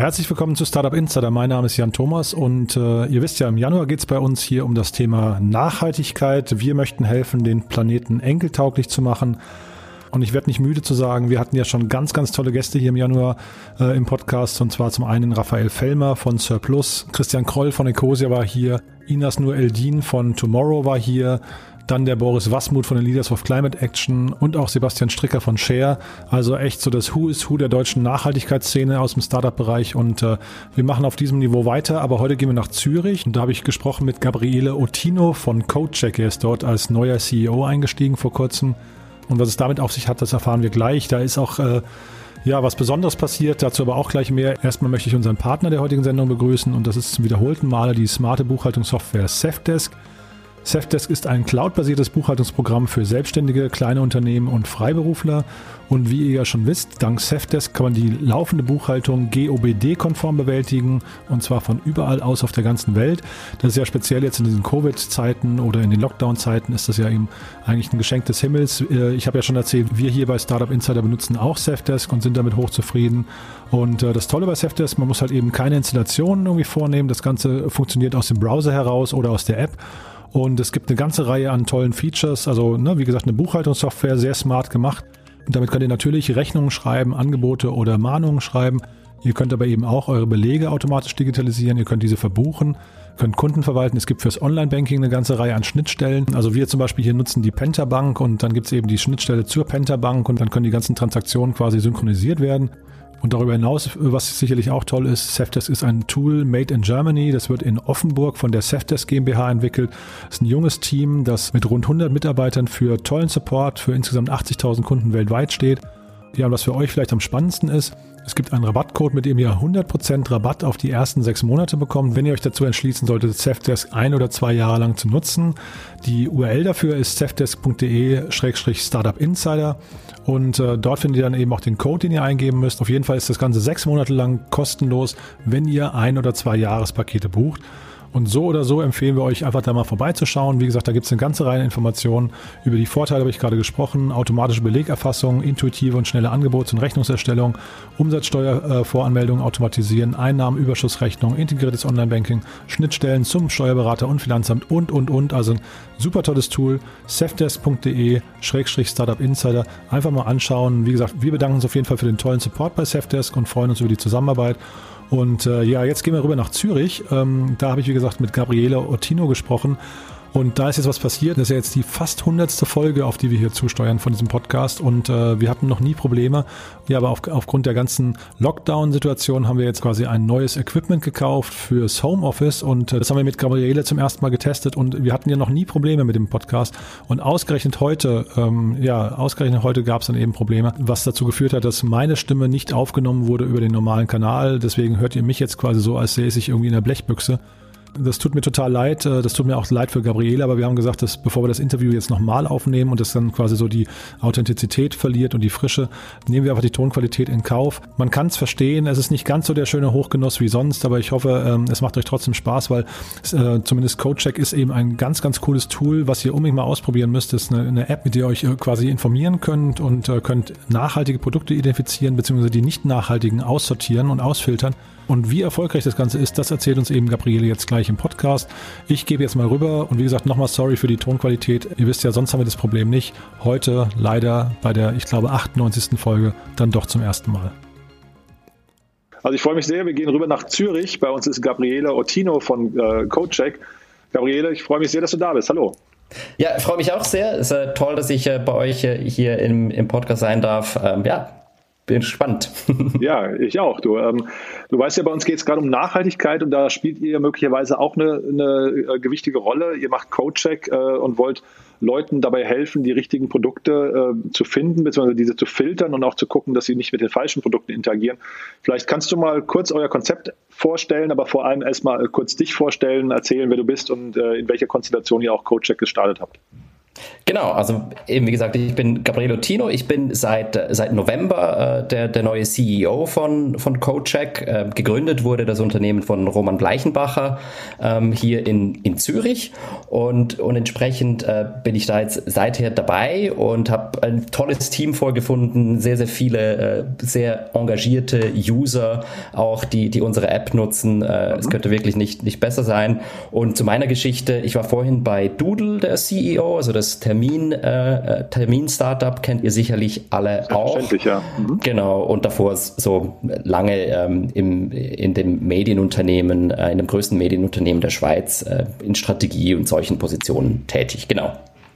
herzlich willkommen zu Startup Insider. Mein Name ist Jan Thomas und ihr wisst ja, im Januar geht es bei uns hier um das Thema Nachhaltigkeit. Wir möchten helfen, den Planeten enkeltauglich zu machen. Und ich werde nicht müde zu sagen, wir hatten ja schon ganz, ganz tolle Gäste hier im Januar im Podcast. Und zwar zum einen Raphael Fellmer von Surplus, Christian Kroll von Ecosia war hier, Inas Nur Eldin von Tomorrow war hier, dann der Boris Wasmuth von den Leaders of Climate Action und auch Sebastian Stricker von Share. Also echt so das Who is Who der deutschen Nachhaltigkeitsszene aus dem Startup-Bereich. Und wir machen auf diesem Niveau weiter. Aber heute gehen wir nach Zürich. Und da habe ich gesprochen mit Gabriele Ottino von CodeCheck. Er ist dort als neuer CEO eingestiegen vor kurzem. Und was es damit auf sich hat, das erfahren wir gleich. Da ist auch was Besonderes passiert. Dazu aber auch gleich mehr. Erstmal möchte ich unseren Partner der heutigen Sendung begrüßen. Und das ist zum wiederholten Male die smarte Buchhaltungssoftware Safdesk. Safdesk ist ein cloudbasiertes Buchhaltungsprogramm für Selbstständige, kleine Unternehmen und Freiberufler. Und wie ihr ja schon wisst, dank Safdesk kann man die laufende Buchhaltung GOBD-konform bewältigen und zwar von überall aus auf der ganzen Welt. Das ist ja speziell jetzt in diesen Covid-Zeiten oder in den Lockdown-Zeiten ist das ja eben eigentlich ein Geschenk des Himmels. Ich habe ja schon erzählt, wir hier bei Startup Insider benutzen auch Safdesk und sind damit hochzufrieden. Und das Tolle bei Safdesk, man muss halt eben keine Installationen irgendwie vornehmen. Das Ganze funktioniert aus dem Browser heraus oder aus der App. Und es gibt eine ganze Reihe an tollen Features, also wie gesagt eine Buchhaltungssoftware, sehr smart gemacht. Und damit könnt ihr natürlich Rechnungen schreiben, Angebote oder Mahnungen schreiben. Ihr könnt aber eben auch eure Belege automatisch digitalisieren, ihr könnt diese verbuchen, könnt Kunden verwalten. Es gibt fürs Online-Banking eine ganze Reihe an Schnittstellen. Also wir zum Beispiel hier nutzen die Pentabank und dann gibt es eben die Schnittstelle zur Pentabank und dann können die ganzen Transaktionen quasi synchronisiert werden. Und darüber hinaus, was sicherlich auch toll ist, Safdesk ist ein Tool made in Germany. Das wird in Offenburg von der Safdesk GmbH entwickelt. Das ist ein junges Team, das mit rund 100 Mitarbeitern für tollen Support für insgesamt 80.000 Kunden weltweit steht. Ja, und was für euch vielleicht am spannendsten ist, es gibt einen Rabattcode, mit dem ihr 100% Rabatt auf die ersten 6 Monate bekommt, wenn ihr euch dazu entschließen solltet, Safdesk 1 oder 2 Jahre lang zu nutzen. Die URL dafür ist safdesk.de/startupinsider und dort findet ihr dann eben auch den Code, den ihr eingeben müsst. Auf jeden Fall ist das Ganze 6 Monate lang kostenlos, wenn ihr 1 oder 2 Jahrespakete bucht. Und so oder so empfehlen wir euch einfach da mal vorbeizuschauen. Wie gesagt, da gibt es eine ganze Reihe Informationen. Über die Vorteile habe ich gerade gesprochen. Automatische Belegerfassung, intuitive und schnelle Angebots- und Rechnungserstellung, Umsatzsteuervoranmeldung automatisieren, Einnahmenüberschussrechnung, integriertes Online-Banking, Schnittstellen zum Steuerberater und Finanzamt und. Also ein super tolles Tool. safdesk.de/startupinsider. Einfach mal anschauen. Wie gesagt, wir bedanken uns auf jeden Fall für den tollen Support bei Safdesk und freuen uns über die Zusammenarbeit. Und jetzt gehen wir rüber nach Zürich. Da habe ich, wie gesagt, mit Gabriele Ottino gesprochen. Und da ist jetzt was passiert. Das ist ja jetzt die fast 100. Folge, auf die wir hier zusteuern von diesem Podcast. Und wir hatten noch nie Probleme. Ja, aber aufgrund der ganzen Lockdown-Situation haben wir jetzt quasi ein neues Equipment gekauft fürs Homeoffice. Und das haben wir mit Gabriele zum ersten Mal getestet. Und wir hatten ja noch nie Probleme mit dem Podcast. Und ausgerechnet heute gab es dann eben Probleme, was dazu geführt hat, dass meine Stimme nicht aufgenommen wurde über den normalen Kanal. Deswegen hört ihr mich jetzt quasi so, als säße ich irgendwie in der Blechbüchse. Das tut mir total leid, das tut mir auch leid für Gabriele, aber wir haben gesagt, dass bevor wir das Interview jetzt nochmal aufnehmen und das dann quasi so die Authentizität verliert und die Frische, nehmen wir einfach die Tonqualität in Kauf. Man kann es verstehen, es ist nicht ganz so der schöne Hochgenuss wie sonst, aber ich hoffe, es macht euch trotzdem Spaß, weil zumindest CodeCheck ist eben ein ganz, ganz cooles Tool, was ihr unbedingt mal ausprobieren müsst. Das ist eine App, mit der ihr euch quasi informieren könnt und könnt nachhaltige Produkte identifizieren, beziehungsweise die nicht nachhaltigen aussortieren und ausfiltern. Und wie erfolgreich das Ganze ist, das erzählt uns eben Gabriele jetzt gleich im Podcast. Ich gebe jetzt mal rüber und wie gesagt, nochmal sorry für die Tonqualität. Ihr wisst ja, sonst haben wir das Problem nicht. Heute leider bei der, ich glaube, 98. Folge dann doch zum ersten Mal. Also ich freue mich sehr, wir gehen rüber nach Zürich. Bei uns ist Gabriele Ottino von CodeCheck. Gabriele, ich freue mich sehr, dass du da bist. Hallo. Ja, ich freue mich auch sehr. Es ist toll, dass ich bei euch hier im Podcast sein darf. Bin gespannt. Ja, ich auch. Du weißt ja, bei uns geht es gerade um Nachhaltigkeit und da spielt ihr möglicherweise auch eine gewichtige Rolle. Ihr macht CodeCheck und wollt Leuten dabei helfen, die richtigen Produkte zu finden, beziehungsweise diese zu filtern und auch zu gucken, dass sie nicht mit den falschen Produkten interagieren. Vielleicht kannst du mal kurz euer Konzept vorstellen, aber vor allem erstmal kurz dich vorstellen, erzählen, wer du bist und in welcher Konstellation ihr auch CodeCheck gestartet habt. Genau, also eben wie gesagt, ich bin Gabriele Tino, ich bin seit November der neue CEO von CodeCheck. Gegründet wurde das Unternehmen von Roman Bleichenbacher hier in Zürich und entsprechend bin ich da jetzt seither dabei und habe ein tolles Team vorgefunden, sehr, sehr viele sehr engagierte User auch, die unsere App nutzen. Es könnte wirklich nicht besser sein. Und zu meiner Geschichte, ich war vorhin bei Doodle, der CEO, also das Termin-Startup kennt ihr sicherlich alle auch. Ja. Genau, und davor so lange in dem Medienunternehmen, in dem größten Medienunternehmen der Schweiz, in Strategie und solchen Positionen tätig, genau.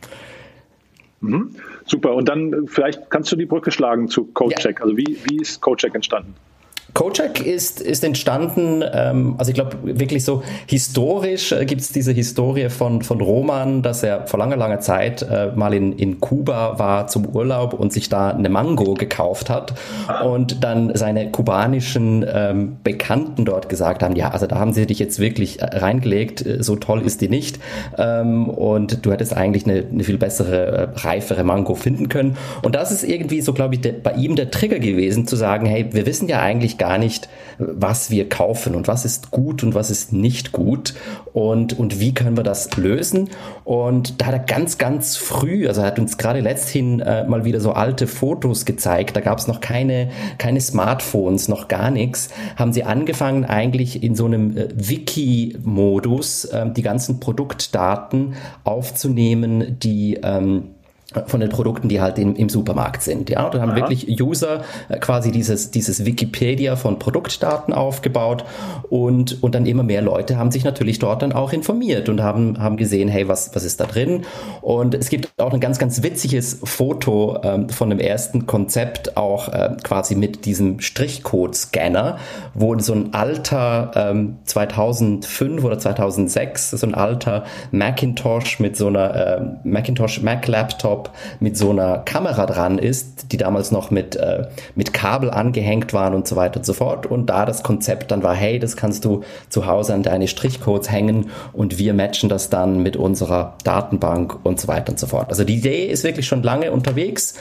Super, und dann vielleicht kannst du die Brücke schlagen zu CodeCheck. Ja. Also wie ist CodeCheck entstanden? CodeCheck ist entstanden, also ich glaube wirklich so historisch gibt es diese Historie von Roman, dass er vor langer Zeit mal in Kuba war zum Urlaub und sich da eine Mango gekauft hat und dann seine kubanischen Bekannten dort gesagt haben, ja, also da haben sie dich jetzt wirklich reingelegt, so toll ist die nicht und du hättest eigentlich eine viel bessere, reifere Mango finden können. Und das ist irgendwie so, glaube ich, bei ihm der Trigger gewesen, zu sagen, hey, wir wissen ja eigentlich gar nicht, was wir kaufen und was ist gut und was ist nicht gut und wie können wir das lösen. Und da hat er ganz früh, also er hat uns gerade letzthin mal wieder so alte Fotos gezeigt, da gab es noch keine Smartphones, noch gar nichts, haben sie angefangen eigentlich in so einem Wiki-Modus die ganzen Produktdaten aufzunehmen, die von den Produkten, die halt im Supermarkt sind. Ja, da haben wirklich User quasi dieses Wikipedia von Produktdaten aufgebaut und dann immer mehr Leute haben sich natürlich dort dann auch informiert und haben gesehen, hey, was ist da drin? Und es gibt auch ein ganz witziges Foto von dem ersten Konzept auch quasi mit diesem Strichcode-Scanner, wo so ein alter 2005 oder 2006 so ein alter Macintosh mit so einer Macintosh Mac Laptop mit so einer Kamera dran ist, die damals noch mit Kabel angehängt waren und so weiter und so fort. Und da das Konzept dann war, hey, das kannst du zu Hause an deine Strichcodes hängen und wir matchen das dann mit unserer Datenbank und so weiter und so fort. Also die Idee ist wirklich schon lange unterwegs,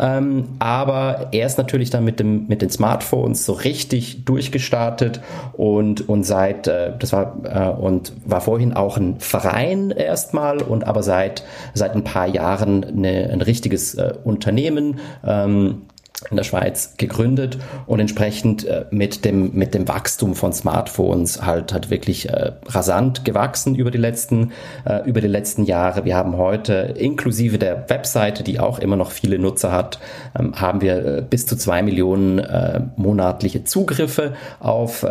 aber erst natürlich dann mit den Smartphones so richtig durchgestartet und seit, war vorhin auch ein Verein erstmal und aber seit ein paar Jahren ein richtiges Unternehmen in der Schweiz gegründet und entsprechend mit dem Wachstum von Smartphones halt wirklich rasant gewachsen über die letzten Jahre. Wir haben heute inklusive der Webseite, die auch immer noch viele Nutzer hat, haben wir bis zu 2 Millionen monatliche Zugriffe auf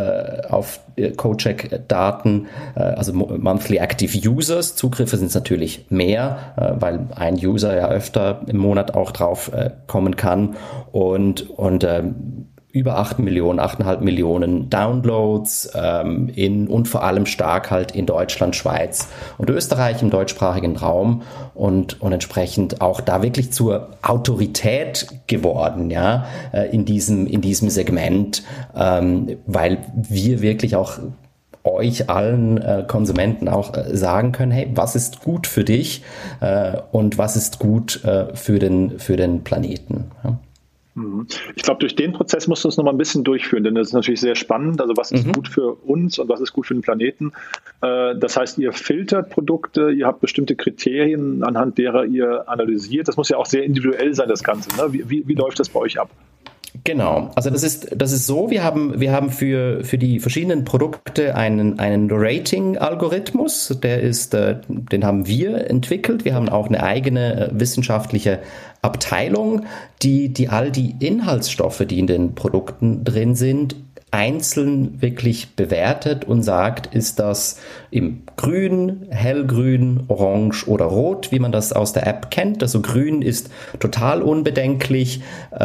CodeCheck-Daten, also Monthly Active Users. Zugriffe sind es natürlich mehr, weil ein User ja öfter im Monat auch drauf kommen kann und über 8,5 Millionen Downloads und vor allem stark halt in Deutschland, Schweiz und Österreich im deutschsprachigen Raum und entsprechend auch da wirklich zur Autorität geworden, ja, in diesem Segment, weil wir wirklich auch euch allen Konsumenten auch sagen können, hey, was ist gut für dich und was ist gut für den Planeten. Ja. Ich glaube, durch den Prozess musst du uns noch mal ein bisschen durchführen, denn das ist natürlich sehr spannend. Also was ist gut für uns und was ist gut für den Planeten? Das heißt, ihr filtert Produkte, ihr habt bestimmte Kriterien, anhand derer ihr analysiert. Das muss ja auch sehr individuell sein, das Ganze. Ne? Wie läuft das bei euch ab? Genau, also das ist so, wir haben für die verschiedenen Produkte einen Rating-Algorithmus, den haben wir entwickelt. Wir haben auch eine eigene wissenschaftliche Abteilung, die all die Inhaltsstoffe, die in den Produkten drin sind, einzeln wirklich bewertet und sagt, ist das im Grün, Hellgrün, Orange oder Rot, wie man das aus der App kennt. Also Grün ist total unbedenklich,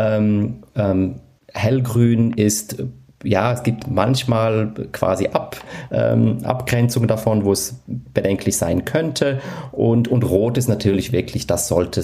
Hellgrün ist, ja, es gibt manchmal quasi Abgrenzungen davon, wo es bedenklich sein könnte und Rot ist natürlich wirklich, das sollte es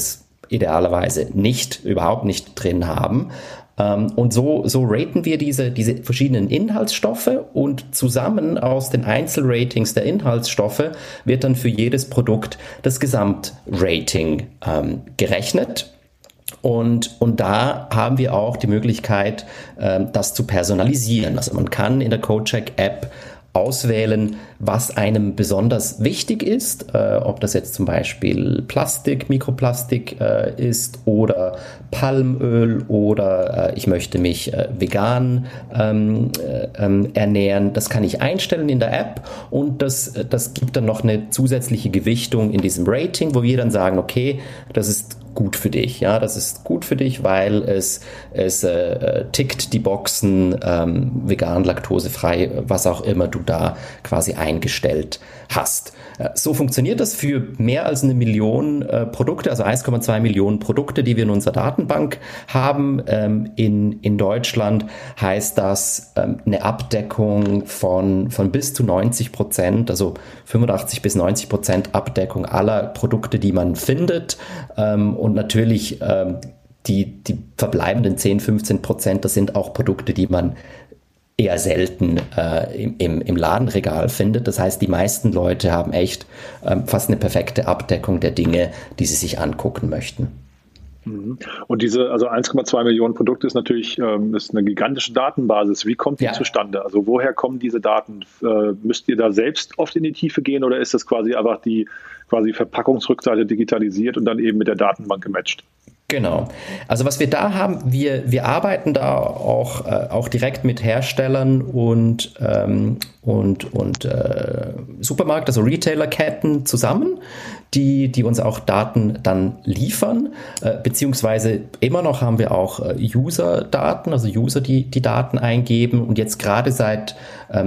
idealerweise überhaupt nicht drin haben. Und so raten wir diese verschiedenen Inhaltsstoffe, und zusammen aus den Einzelratings der Inhaltsstoffe wird dann für jedes Produkt das Gesamtrating gerechnet. Und da haben wir auch die Möglichkeit, das zu personalisieren. Also man kann in der CodeCheck-App auswählen, was einem besonders wichtig ist, ob das jetzt zum Beispiel Plastik, Mikroplastik ist oder Palmöl oder ich möchte mich vegan ernähren. Das kann ich einstellen in der App, und das gibt dann noch eine zusätzliche Gewichtung in diesem Rating, wo wir dann sagen, okay, das ist gut für dich. Ja, das ist gut für dich, weil es tickt die Boxen, vegan, laktosefrei, was auch immer du da quasi eingestellt hast. So funktioniert das für mehr als 1 Million Produkte, also 1,2 Millionen Produkte, die wir in unserer Datenbank haben. In Deutschland heißt das eine Abdeckung von bis zu 90%, also 85-90% Abdeckung aller Produkte, die man findet. Und natürlich die verbleibenden 10-15%, das sind auch Produkte, die man eher selten im Ladenregal findet. Das heißt, die meisten Leute haben echt fast eine perfekte Abdeckung der Dinge, die sie sich angucken möchten. Und diese, also 1,2 Millionen Produkte ist natürlich ist eine gigantische Datenbasis. Wie kommt die zustande? Also woher kommen diese Daten? Müsst ihr da selbst oft in die Tiefe gehen, oder ist das quasi einfach die Verpackungsrückseite digitalisiert und dann eben mit der Datenbank gematcht? Genau. Also was wir da haben, wir arbeiten da auch direkt mit Herstellern und Supermarkt, also Retailerketten zusammen, die uns auch Daten dann liefern, beziehungsweise immer noch haben wir auch User-Daten, also User, die Daten eingeben, und jetzt gerade seit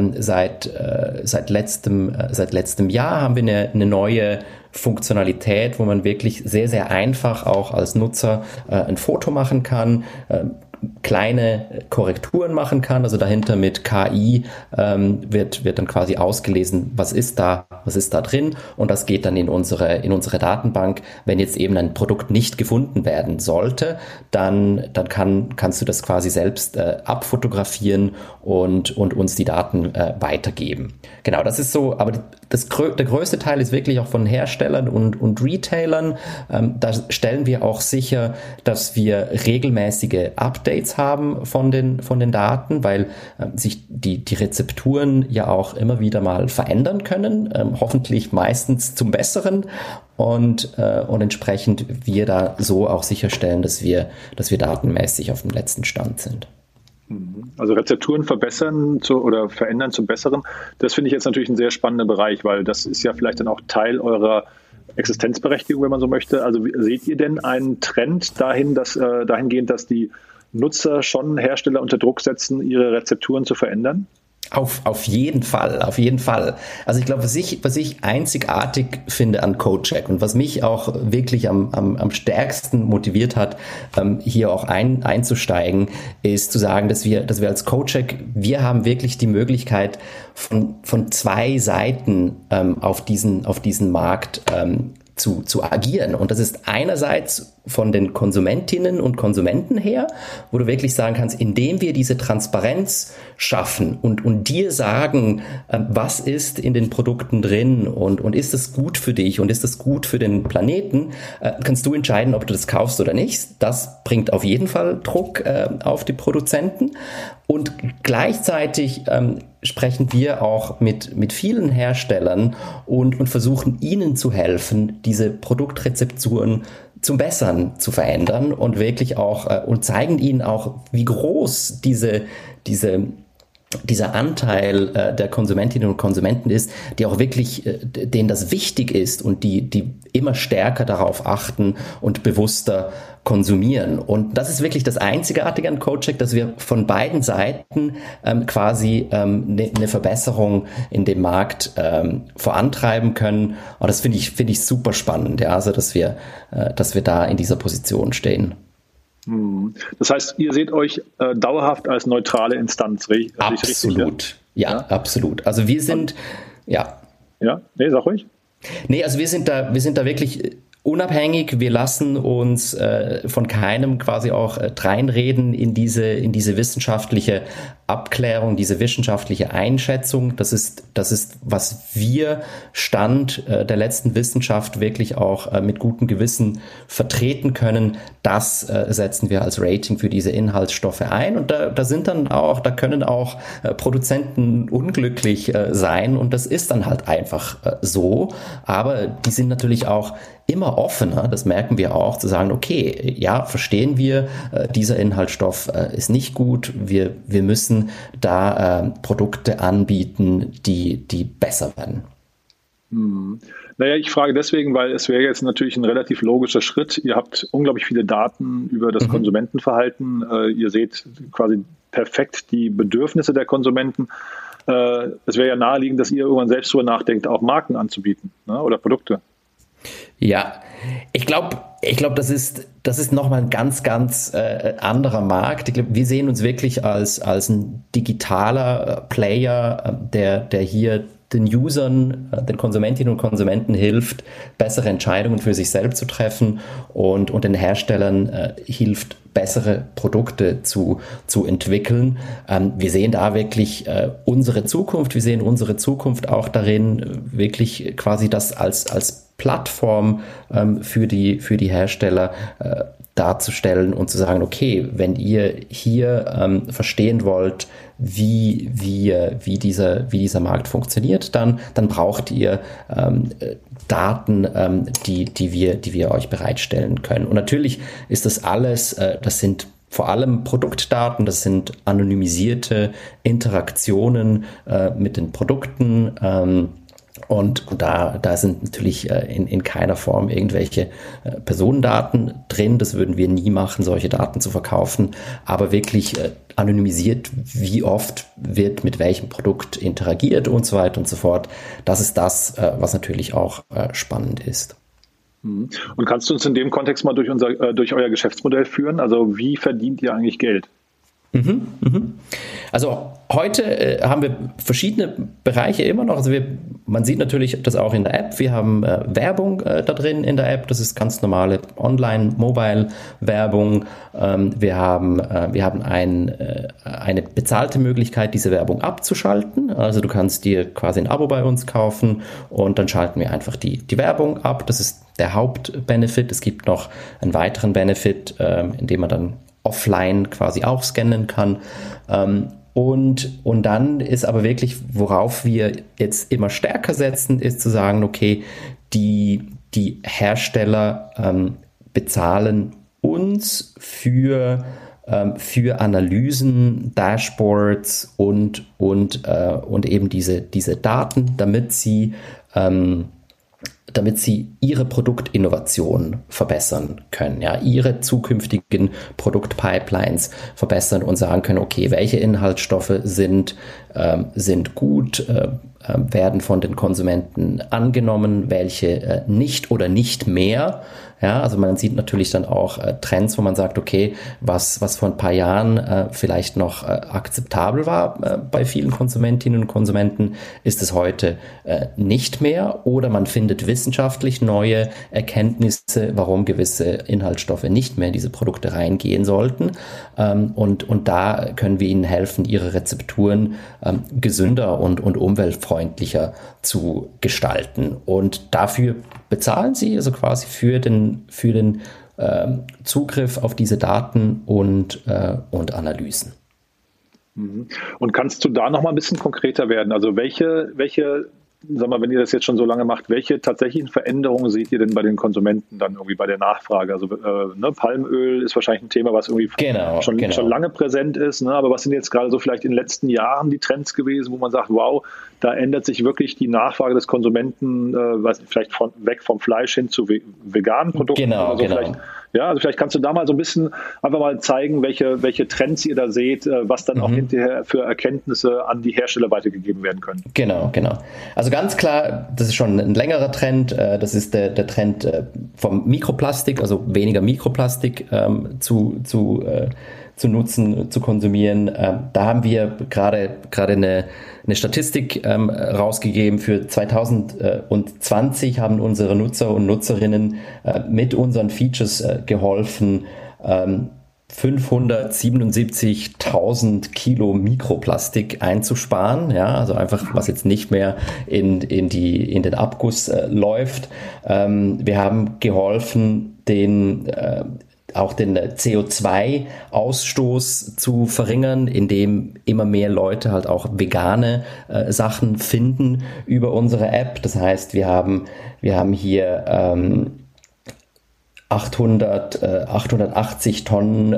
letztem Jahr haben wir eine neue Funktionalität, wo man wirklich sehr, sehr einfach auch als Nutzer ein Foto machen kann, kleine Korrekturen machen kann, also dahinter mit KI wird dann quasi ausgelesen, was ist da drin, und das geht dann in unsere Datenbank. Wenn jetzt eben ein Produkt nicht gefunden werden sollte, dann kannst du das quasi selbst abfotografieren und uns die Daten weitergeben. Genau, das ist so, aber der größte Teil ist wirklich auch von Herstellern und Retailern. Da stellen wir auch sicher, dass wir regelmäßige Updates haben von den Daten, weil sich die Rezepturen ja auch immer wieder mal verändern können, hoffentlich meistens zum Besseren, und entsprechend wir da so auch sicherstellen, dass wir datenmäßig auf dem letzten Stand sind. Also Rezepturen verbessern oder verändern zum Besseren, das finde ich jetzt natürlich ein sehr spannender Bereich, weil das ist ja vielleicht dann auch Teil eurer Existenzberechtigung, wenn man so möchte. Also seht ihr denn einen Trend dahingehend, dass die Nutzer schon Hersteller unter Druck setzen, ihre Rezepturen zu verändern? Auf jeden Fall. Also ich glaube, was ich einzigartig finde an CodeCheck und was mich auch wirklich am stärksten motiviert hat, hier auch einzusteigen, ist zu sagen, dass wir als CodeCheck, wir haben wirklich die Möglichkeit von zwei Seiten auf diesen Markt zu agieren. Und das ist einerseits von den Konsumentinnen und Konsumenten her, wo du wirklich sagen kannst, indem wir diese Transparenz schaffen und dir sagen, was ist in den Produkten drin und ist das gut für dich und ist das gut für den Planeten, kannst du entscheiden, ob du das kaufst oder nicht. Das bringt auf jeden Fall Druck auf die Produzenten. Und gleichzeitig sprechen wir auch mit vielen Herstellern und versuchen ihnen zu helfen, diese Produktrezepturen zum Besseren zu verändern und wirklich auch und zeigen ihnen auch, wie groß dieser Anteil der Konsumentinnen und Konsumenten ist, die auch wirklich, denen das wichtig ist und die immer stärker darauf achten und bewusster konsumieren. Und das ist wirklich das Einzigartige an CodeCheck, dass wir von beiden Seiten quasi eine Verbesserung in dem Markt vorantreiben können. Und das finde ich super spannend, ja, also dass wir da in dieser Position stehen. Das heißt, ihr seht euch dauerhaft als neutrale Instanz, richtig? Absolut, ja, absolut. Also wir sind, Ja, nee, sag ruhig. Nee, also wir sind da wirklich unabhängig, wir lassen uns von keinem quasi auch reinreden in diese wissenschaftliche Abklärung, diese wissenschaftliche Einschätzung. Das ist, was wir Stand der letzten Wissenschaft wirklich auch mit gutem Gewissen vertreten können. Das setzen wir als Rating für diese Inhaltsstoffe ein. Und da können auch Produzenten unglücklich sein. Und das ist dann halt einfach so. Aber die sind natürlich auch immer offener, das merken wir auch, zu sagen, okay, ja, verstehen wir, dieser Inhaltsstoff ist nicht gut, wir müssen da Produkte anbieten, die besser werden. Naja, ich frage deswegen, weil es wäre jetzt natürlich ein relativ logischer Schritt. Ihr habt unglaublich viele Daten über das Konsumentenverhalten. Ihr seht quasi perfekt die Bedürfnisse der Konsumenten. Es wäre ja naheliegend, dass ihr irgendwann selbst darüber nachdenkt, auch Marken anzubieten, ne, oder Produkte. Ja, ich glaube, das ist nochmal ein ganz, ganz anderer Markt. Ich glaube, wir sehen uns wirklich als ein digitaler Player, der hier den Usern, den Konsumentinnen und Konsumenten hilft, bessere Entscheidungen für sich selbst zu treffen und den Herstellern hilft, bessere Produkte zu entwickeln. Wir sehen da wirklich unsere Zukunft. Wir sehen unsere Zukunft auch darin, wirklich quasi das als Plattform für die Hersteller darzustellen und zu sagen, okay, wenn ihr hier verstehen wollt, wie dieser Markt funktioniert, dann braucht ihr Daten, die wir euch bereitstellen können. Und natürlich ist das alles, das sind vor allem Produktdaten, das sind anonymisierte Interaktionen mit den Produkten. Und da sind natürlich in keiner Form irgendwelche Personendaten drin. Das würden wir nie machen, solche Daten zu verkaufen. Aber wirklich anonymisiert, wie oft wird mit welchem Produkt interagiert und so weiter und so fort. Das ist das, was natürlich auch spannend ist. Und kannst du uns in dem Kontext mal durch euer Geschäftsmodell führen? Also wie verdient ihr eigentlich Geld? Also heute haben wir verschiedene Bereiche immer noch. Also man sieht natürlich das auch in der App. Wir haben Werbung da drin in der App. Das ist ganz normale Online-Mobile-Werbung. Wir haben eine bezahlte Möglichkeit, diese Werbung abzuschalten. Also du kannst dir quasi ein Abo bei uns kaufen und dann schalten wir einfach die Werbung ab. Das ist der Hauptbenefit. Es gibt noch einen weiteren Benefit, indem man dann offline quasi auch scannen kann. Und dann ist aber wirklich, worauf wir jetzt immer stärker setzen, ist zu sagen, okay, die Hersteller bezahlen uns für Analysen, Dashboards und eben diese Daten, damit sie ihre Produktinnovation verbessern können, ja, ihre zukünftigen Produktpipelines verbessern und sagen können, okay, welche Inhaltsstoffe sind gut, werden von den Konsumenten angenommen, welche nicht oder nicht mehr. Ja, also man sieht natürlich dann auch Trends, wo man sagt, okay, was vor ein paar Jahren vielleicht noch akzeptabel war bei vielen Konsumentinnen und Konsumenten, ist es heute nicht mehr. Oder man findet wissenschaftlich neue Erkenntnisse, warum gewisse Inhaltsstoffe nicht mehr in diese Produkte reingehen sollten. Und da können wir ihnen helfen, ihre Rezepturen gesünder und umweltfreundlicher zu gestalten. Und dafür bezahlen sie, also quasi für den Zugriff auf diese Daten und Analysen. Und kannst du da noch mal ein bisschen konkreter werden? Also welche, sag mal, wenn ihr das jetzt schon so lange macht, welche tatsächlichen Veränderungen seht ihr denn bei den Konsumenten dann irgendwie bei der Nachfrage? Also Palmöl ist wahrscheinlich ein Thema, was irgendwie schon lange präsent ist, ne? Aber was sind jetzt gerade so vielleicht in den letzten Jahren die Trends gewesen, wo man sagt, wow, da ändert sich wirklich die Nachfrage des Konsumenten, vielleicht weg vom Fleisch hin zu veganen Produkten? Also vielleicht kannst du da mal so ein bisschen einfach mal zeigen, welche Trends ihr da seht, was dann auch hinterher für Erkenntnisse an die Hersteller weitergegeben werden können. Genau. Also ganz klar, das ist schon ein längerer Trend. Das ist der Trend vom Mikroplastik, also weniger Mikroplastik zu nutzen, zu konsumieren. Da haben wir gerade eine Statistik rausgegeben. Für 2020 haben unsere Nutzer und Nutzerinnen mit unseren Features geholfen, 577.000 Kilo Mikroplastik einzusparen, ja, also einfach, was jetzt nicht mehr in den Abguss läuft. Wir haben geholfen, auch den CO2-Ausstoß zu verringern, indem immer mehr Leute halt auch vegane Sachen finden über unsere App. Das heißt, wir haben hier 880 Tonnen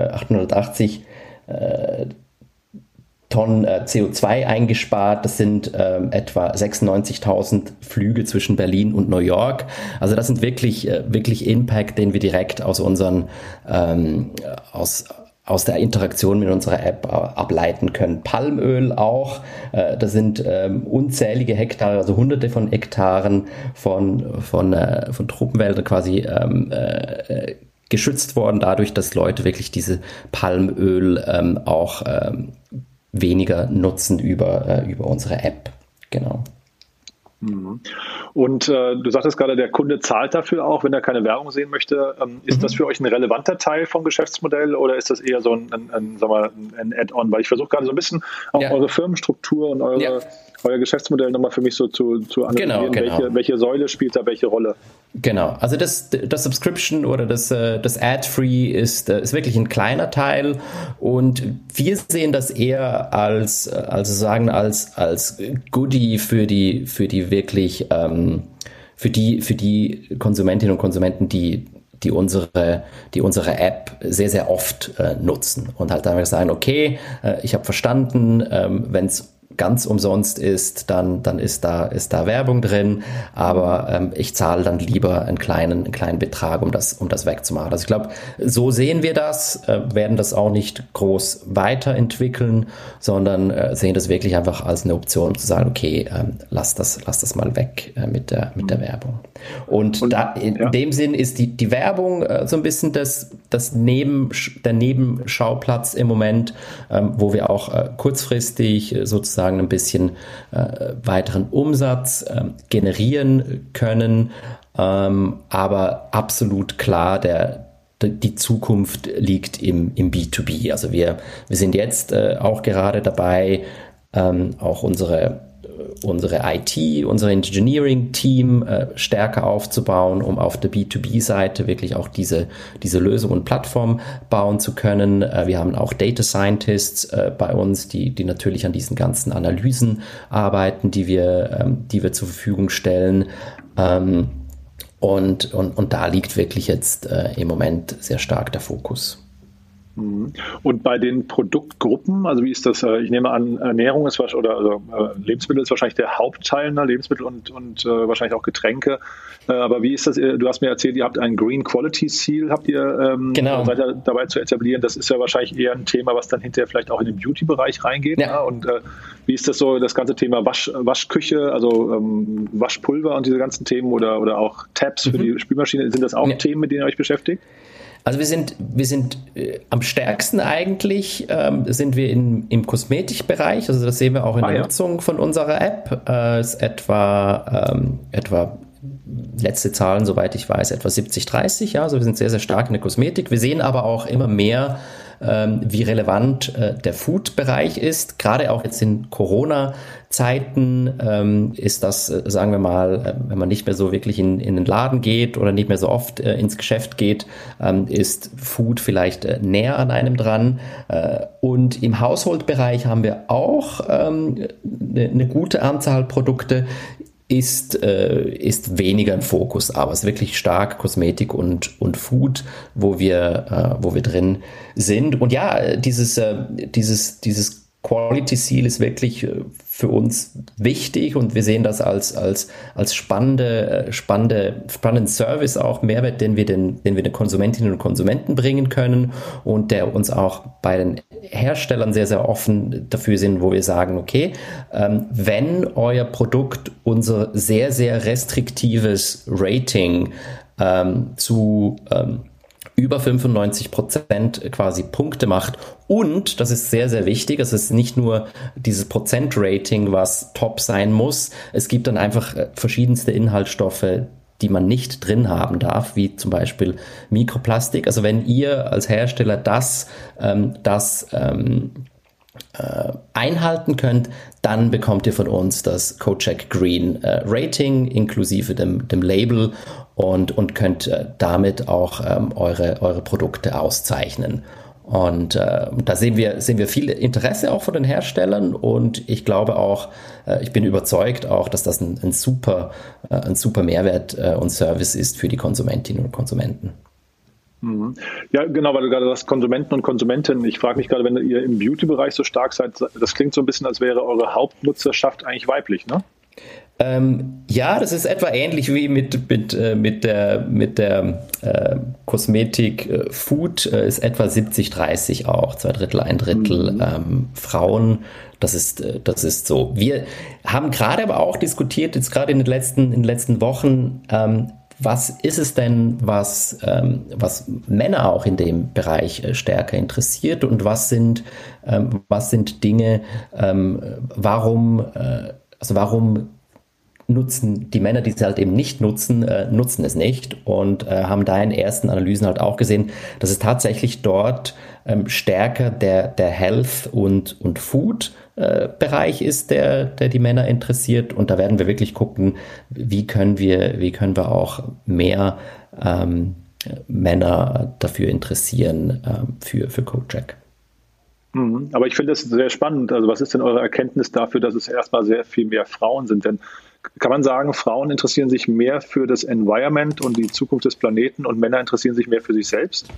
CO2 eingespart. Das sind etwa 96.000 Flüge zwischen Berlin und New York. Also das sind wirklich Impact, den wir direkt aus aus der Interaktion mit unserer App ableiten können. Palmöl auch, das sind unzählige Hektare, also hunderte von Hektaren von Tropenwäldern quasi geschützt worden, dadurch, dass Leute wirklich diese Palmöl auch weniger nutzen über unsere App. Genau. Und du sagtest gerade, der Kunde zahlt dafür auch, wenn er keine Werbung sehen möchte. Ist das für euch ein relevanter Teil vom Geschäftsmodell oder ist das eher so ein Add-on? Weil ich versuche gerade so ein bisschen auch eure Firmenstruktur und euer Geschäftsmodell nochmal für mich so zu analysieren. Genau. Welche Säule spielt da welche Rolle? Genau, also das Subscription oder das Ad-Free ist wirklich ein kleiner Teil und wir sehen das eher als Goodie für die wirklich für die Konsumentinnen und Konsumenten, die unsere App sehr, sehr oft nutzen und halt einfach sagen, okay, ich habe verstanden, wenn es ganz umsonst ist, dann ist da Werbung drin, aber ich zahle dann lieber einen kleinen Betrag, um das wegzumachen. Also ich glaube, so sehen wir das, werden das auch nicht groß weiterentwickeln, sondern sehen das wirklich einfach als eine Option, um zu sagen, okay, lass das mal weg mit der Werbung. Und da in dem Sinn ist die Werbung so ein bisschen der Nebenschauplatz im Moment, wo wir auch kurzfristig sozusagen ein bisschen weiteren Umsatz generieren können, aber absolut klar, die Zukunft liegt im B2B. Also wir sind jetzt auch gerade dabei, auch unsere IT, unser Engineering-Team stärker aufzubauen, um auf der B2B-Seite wirklich auch diese Lösung und Plattform bauen zu können. Wir haben auch Data Scientists bei uns, die natürlich an diesen ganzen Analysen arbeiten, die wir zur Verfügung stellen. Und da liegt wirklich jetzt im Moment sehr stark der Fokus. Und bei den Produktgruppen, also wie ist das? Ich nehme an, Ernährung ist Lebensmittel ist wahrscheinlich der Hauptteil, ne? Lebensmittel und wahrscheinlich auch Getränke. Aber wie ist das? Du hast mir erzählt, ihr habt ein Green Quality Seal, seid ihr dabei zu etablieren. Das ist ja wahrscheinlich eher ein Thema, was dann hinterher vielleicht auch in den Beauty-Bereich reingeht. Ja. Und wie ist das so, das ganze Thema Waschküche, also Waschpulver und diese ganzen Themen oder auch Tabs für die Spülmaschine, sind das auch Themen, mit denen ihr euch beschäftigt? Also wir sind am stärksten eigentlich, sind wir im Kosmetikbereich, also das sehen wir auch in der Nutzung von unserer App, ist etwa letzte Zahlen, soweit ich weiß, etwa 70-30, ja, also wir sind sehr, sehr stark in der Kosmetik. Wir sehen aber auch immer mehr, wie relevant der Food-Bereich ist, gerade auch jetzt in Corona-Zeiten ist das, sagen wir mal, wenn man nicht mehr so wirklich in den Laden geht oder nicht mehr so oft ins Geschäft geht, ist Food vielleicht näher an einem dran. Und im Household-Bereich haben wir auch eine gute Anzahl Produkte, ist weniger im Fokus, aber es ist wirklich stark Kosmetik und Food, wo wir drin sind. Und ja, dieses Quality Seal ist wirklich für uns wichtig und wir sehen das als spannenden Service, auch Mehrwert, den wir den Konsumentinnen und Konsumenten bringen können und der uns auch bei den Herstellern sehr, sehr offen dafür sind, wo wir sagen, okay, wenn euer Produkt unser sehr, sehr restriktives Rating zu über 95% quasi Punkte macht. Und, das ist sehr, sehr wichtig, es ist nicht nur dieses Prozent-Rating, was top sein muss, es gibt dann einfach verschiedenste Inhaltsstoffe, die man nicht drin haben darf, wie zum Beispiel Mikroplastik. Also wenn ihr als Hersteller das einhalten könnt, dann bekommt ihr von uns das CodeCheck Green Rating inklusive dem Label und könnt damit auch eure Produkte auszeichnen. Und da sehen wir viel Interesse auch von den Herstellern und ich glaube auch, ich bin überzeugt auch, dass das ein super Mehrwert und Service ist für die Konsumentinnen und Konsumenten. Ja, genau, weil du gerade sagst, Konsumenten und Konsumentinnen. Ich frage mich gerade, wenn ihr im Beauty-Bereich so stark seid, das klingt so ein bisschen, als wäre eure Hauptnutzerschaft eigentlich weiblich, ne? Ja, das ist etwa ähnlich wie mit der Kosmetik Food, ist etwa 70-30 auch, 2/3, 1/3 Frauen. Das ist so. Wir haben gerade aber auch diskutiert, jetzt gerade in den letzten Wochen, was ist es denn, was Männer auch in dem Bereich stärker interessiert und was sind Dinge, warum nutzen die Männer, die es halt eben nicht nutzen es nicht und haben da in ersten Analysen halt auch gesehen, dass es tatsächlich dort stärker der Health- und Food-Bereich ist, der die Männer interessiert und da werden wir wirklich gucken, wie können wir auch mehr Männer dafür interessieren für CodeCheck. Aber ich finde das sehr spannend. Also was ist denn eure Erkenntnis dafür, dass es erstmal sehr viel mehr Frauen sind? Denn kann man sagen, Frauen interessieren sich mehr für das Environment und die Zukunft des Planeten und Männer interessieren sich mehr für sich selbst?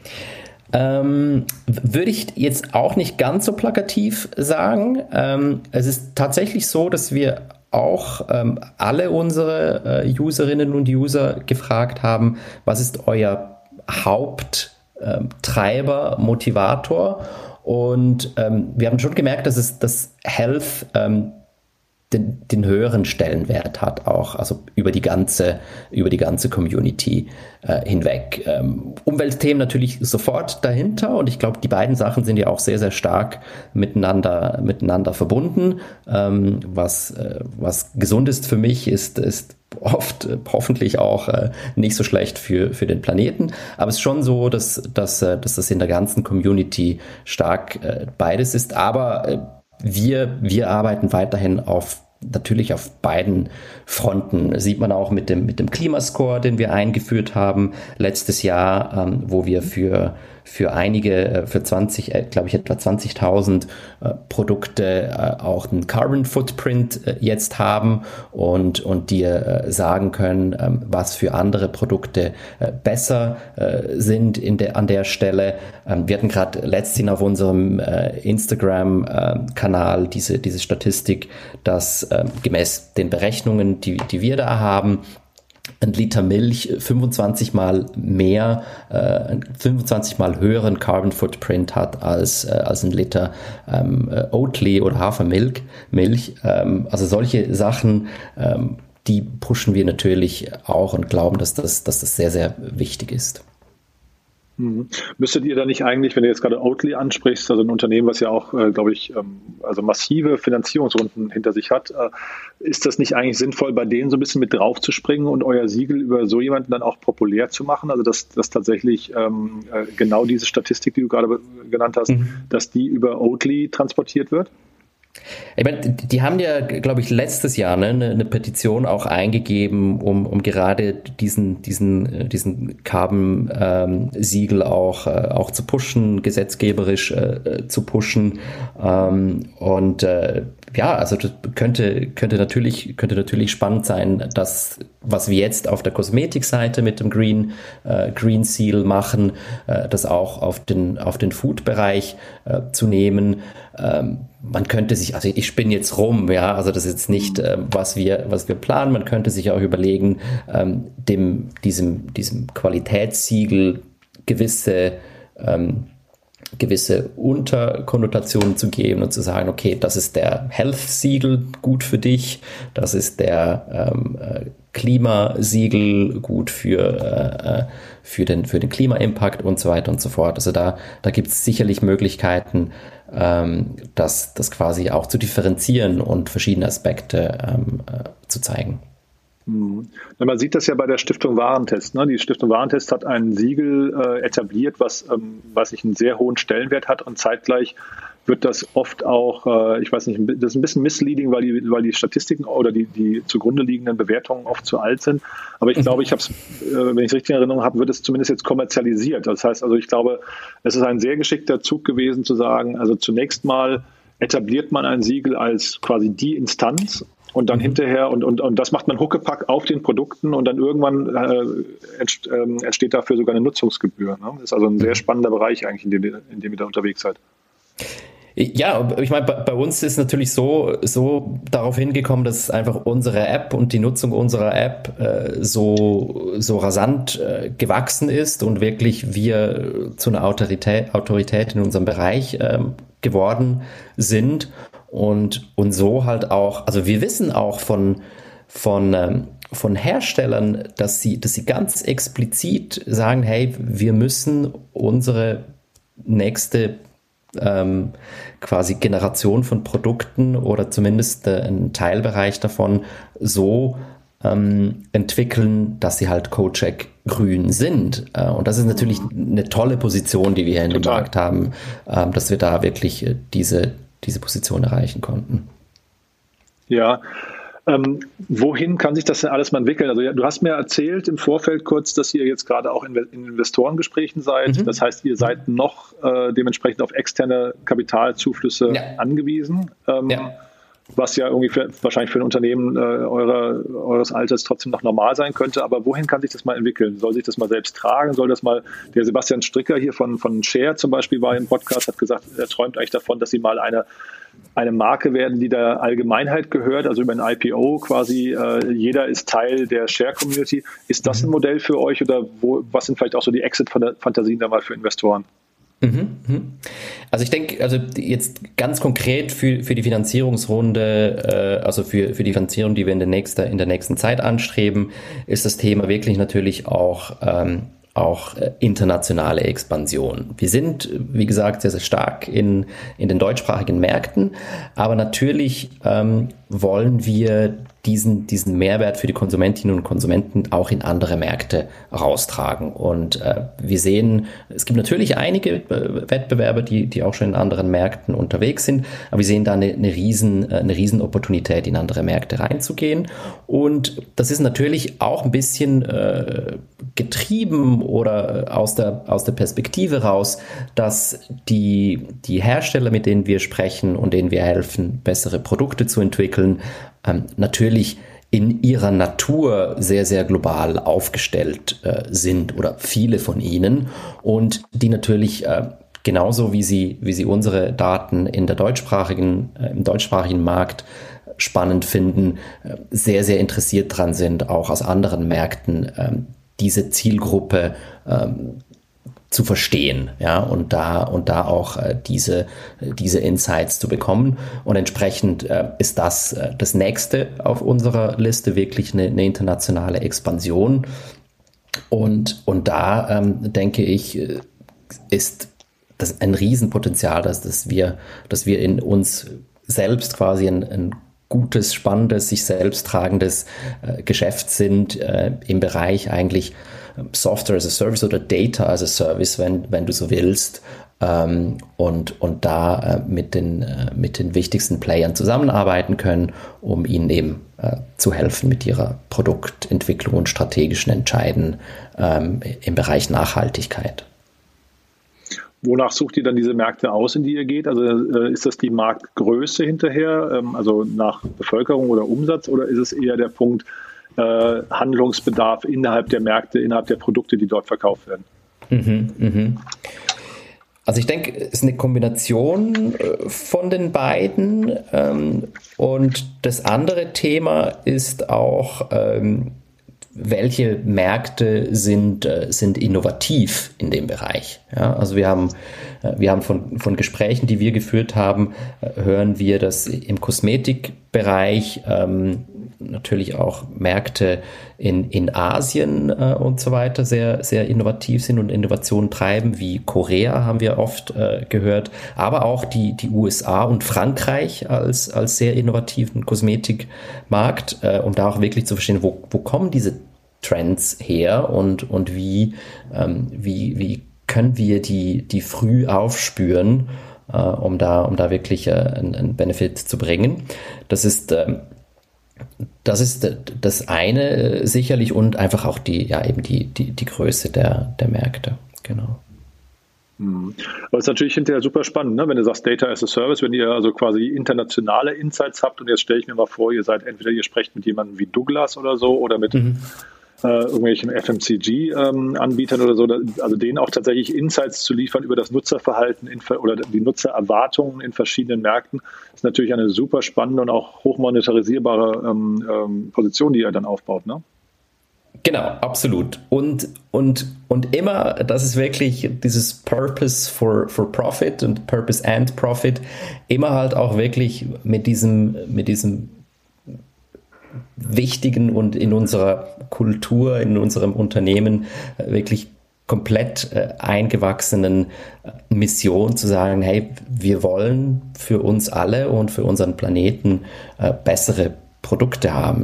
Würde ich jetzt auch nicht ganz so plakativ sagen. Es ist tatsächlich so, dass wir auch alle unsere Userinnen und User gefragt haben, was ist euer Haupttreiber, Motivator? Und wir haben schon gemerkt, dass es das Health den höheren Stellenwert hat, auch also über die ganze Community hinweg. Umweltthemen natürlich sofort dahinter und ich glaube, die beiden Sachen sind ja auch sehr, sehr stark miteinander verbunden. Was gesund ist für mich, ist oft hoffentlich auch nicht so schlecht für den Planeten. Aber es ist schon so, dass das in der ganzen Community stark beides ist. Aber wir arbeiten weiterhin natürlich auf beiden Fronten. Das sieht man auch mit dem Klimascore, den wir eingeführt haben letztes Jahr, wo wir für etwa 20.000 Produkte auch einen Carbon Footprint jetzt haben und dir sagen können, was für andere Produkte besser sind an der Stelle. Wir hatten gerade letztens auf unserem Instagram-Kanal diese Statistik, dass gemäß den Berechnungen, die wir da haben, ein Liter Milch 25 Mal höheren Carbon Footprint hat als ein Liter Oatly oder Hafermilch. Also solche Sachen, die pushen wir natürlich auch und glauben, dass das sehr, sehr wichtig ist. Müsstet ihr da nicht eigentlich, wenn du jetzt gerade Oatly ansprichst, also ein Unternehmen, was ja auch, glaube ich, also massive Finanzierungsrunden hinter sich hat, ist das nicht eigentlich sinnvoll, bei denen so ein bisschen mit drauf zu springen und euer Siegel über so jemanden dann auch populär zu machen? Also dass tatsächlich genau diese Statistik, die du gerade genannt hast, dass die über Oatly transportiert wird? Ich meine, die haben ja, glaube ich, letztes Jahr eine Petition auch eingegeben, um gerade diesen Carbon-Siegel auch zu pushen, gesetzgeberisch zu pushen. Ja, also das könnte natürlich spannend sein, dass was wir jetzt auf der Kosmetikseite mit dem Green Seal machen, das auch auf den Food-Bereich zu nehmen. Man könnte sich, also ich spinne jetzt rum, ja, also das ist jetzt nicht, was wir planen. Man könnte sich auch überlegen, diesem Qualitätssiegel gewisse Unterkonnotationen zu geben und zu sagen, okay, das ist der Health-Siegel gut für dich, das ist der Klimasiegel, gut für den Klima-Impact und so weiter und so fort. Also da gibt es sicherlich Möglichkeiten, das quasi auch zu differenzieren und verschiedene Aspekte zu zeigen. Man sieht das ja bei der Stiftung Warentest. Ne? Die Stiftung Warentest hat ein Siegel etabliert, was einen sehr hohen Stellenwert hat, und zeitgleich wird das oft auch, ich weiß nicht, das ist ein bisschen misleading, weil die Statistiken oder die zugrunde liegenden Bewertungen oft zu alt sind. Aber ich glaube, ich habe es, wenn ich es richtig in Erinnerung habe, wird es zumindest jetzt kommerzialisiert. Das heißt also, ich glaube, es ist ein sehr geschickter Zug gewesen zu sagen, also zunächst mal etabliert man ein Siegel als quasi die Instanz. Und dann hinterher, und das macht man Huckepack auf den Produkten, und dann irgendwann entsteht dafür sogar eine Nutzungsgebühr. Ne? Das ist also ein sehr spannender Bereich eigentlich, in dem ihr da unterwegs seid. Ja, ich meine, bei uns ist natürlich so darauf hingekommen, dass einfach unsere App und die Nutzung unserer App so rasant gewachsen ist und wirklich wir zu einer Autorität in unserem Bereich geworden sind. Und so halt auch, also wir wissen auch von Herstellern, dass sie ganz explizit sagen, hey, wir müssen unsere nächste quasi Generation von Produkten oder zumindest einen Teilbereich davon so entwickeln, dass sie halt CodeCheck grün sind. Und das ist natürlich eine tolle Position, die wir hier in dem Markt haben, dass wir da wirklich diese Position erreichen konnten. Ja, wohin kann sich das denn alles mal entwickeln? Also du hast mir erzählt im Vorfeld kurz, dass ihr jetzt gerade auch in Investorengesprächen seid. Das heißt, ihr seid noch dementsprechend auf externe Kapitalzuflüsse angewiesen. Was ja irgendwie wahrscheinlich für ein Unternehmen eures Alters trotzdem noch normal sein könnte. Aber wohin kann sich das mal entwickeln? Soll sich das mal selbst tragen? Soll das mal, der Sebastian Stricker hier von Share zum Beispiel war im Podcast, hat gesagt, er träumt eigentlich davon, dass sie mal eine Marke werden, die der Allgemeinheit gehört, also über ein IPO quasi, jeder ist Teil der Share-Community. Ist das ein Modell für euch, oder was sind vielleicht auch so die Exit-Fantasien da mal für Investoren? Also ich denke, also jetzt ganz konkret für die Finanzierungsrunde, also für die Finanzierung, die wir in der nächsten Zeit anstreben, ist das Thema wirklich natürlich auch internationale Expansion. Wir sind, wie gesagt, sehr, sehr stark in den deutschsprachigen Märkten, aber natürlich wollen wir diesen Mehrwert für die Konsumentinnen und Konsumenten auch in andere Märkte raustragen. Und wir sehen, es gibt natürlich einige Wettbewerber, die auch schon in anderen Märkten unterwegs sind, aber wir sehen da eine riesen Opportunität, in andere Märkte reinzugehen. Und das ist natürlich auch ein bisschen getrieben oder aus der Perspektive raus, dass die Hersteller, mit denen wir sprechen und denen wir helfen, bessere Produkte zu entwickeln, natürlich in ihrer Natur sehr, sehr global aufgestellt sind, oder viele von ihnen, und die natürlich genauso wie sie unsere Daten im deutschsprachigen Markt spannend finden, sehr, sehr interessiert dran sind, auch aus anderen Märkten diese Zielgruppe zu verstehen, ja, und da auch diese Insights zu bekommen. Und entsprechend ist das nächste auf unserer Liste wirklich eine internationale Expansion. Und da denke ich, ist das ein Riesenpotenzial, dass wir in uns selbst quasi ein gutes, spannendes, sich selbst tragendes Geschäft sind im Bereich eigentlich Software as a Service oder Data as a Service, wenn du so willst, und da mit den wichtigsten Playern zusammenarbeiten können, um ihnen eben zu helfen mit ihrer Produktentwicklung und strategischen Entscheiden im Bereich Nachhaltigkeit. Wonach sucht ihr dann diese Märkte aus, in die ihr geht? Also ist das die Marktgröße hinterher, also nach Bevölkerung oder Umsatz, oder ist es eher der Punkt Handlungsbedarf innerhalb der Märkte, innerhalb der Produkte, die dort verkauft werden? Also ich denke, es ist eine Kombination von den beiden, und das andere Thema ist auch, welche Märkte sind innovativ in dem Bereich. Ja, also wir haben von Gesprächen, die wir geführt haben, hören wir, dass im Kosmetikbereich natürlich auch Märkte in Asien und so weiter sehr, sehr innovativ sind und Innovationen treiben, wie Korea haben wir oft gehört, aber auch die USA und Frankreich als sehr innovativen Kosmetikmarkt, um da auch wirklich zu verstehen, wo kommen diese Trends her und wie können wir die früh aufspüren, um da wirklich einen Benefit zu bringen. Das ist das eine sicherlich und einfach auch die Größe der Märkte. Genau. Aber es ist natürlich hinterher super spannend, ne? Wenn du sagst Data as a Service, wenn ihr also quasi internationale Insights habt und jetzt stelle ich mir mal vor, ihr sprecht mit jemandem wie Douglas oder so oder mit irgendwelchen FMCG-Anbietern oder so, also denen auch tatsächlich Insights zu liefern über das Nutzerverhalten oder die Nutzererwartungen in verschiedenen Märkten, ist natürlich eine super spannende und auch hochmonetarisierbare Position, die ihr dann aufbaut, ne? Genau, absolut. Und immer, das ist wirklich dieses Purpose for Profit und Purpose and Profit, immer halt auch wirklich mit diesem wichtigen und in unserer Kultur, in unserem Unternehmen wirklich komplett eingewachsenen Mission zu sagen, hey, wir wollen für uns alle und für unseren Planeten bessere Produkte haben,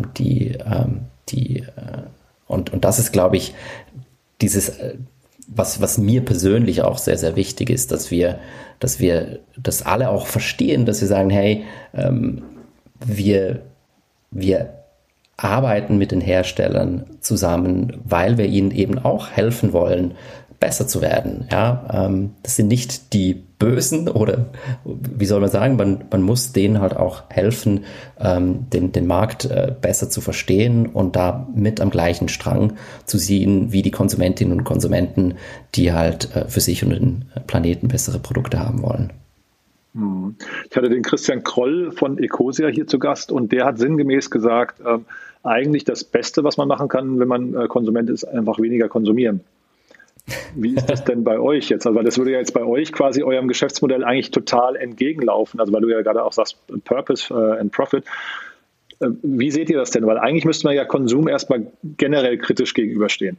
und das ist, glaube ich, dieses, was mir persönlich auch sehr, sehr wichtig ist, dass wir das alle auch verstehen, dass wir sagen, hey, wir arbeiten mit den Herstellern zusammen, weil wir ihnen eben auch helfen wollen, besser zu werden. Ja, das sind nicht die Bösen oder wie soll man sagen, man muss denen halt auch helfen, den Markt besser zu verstehen und da mit am gleichen Strang zu ziehen wie die Konsumentinnen und Konsumenten, die halt für sich und den Planeten bessere Produkte haben wollen. Ich hatte den Christian Kroll von Ecosia hier zu Gast und der hat sinngemäß gesagt, eigentlich das Beste, was man machen kann, wenn man Konsument ist, einfach weniger konsumieren. Wie ist das denn bei euch jetzt? Also, weil das würde ja jetzt bei euch quasi eurem Geschäftsmodell eigentlich total entgegenlaufen. Also weil du ja gerade auch sagst, Purpose and Profit. Wie seht ihr das denn? Weil eigentlich müsste man ja Konsum erstmal generell kritisch gegenüberstehen.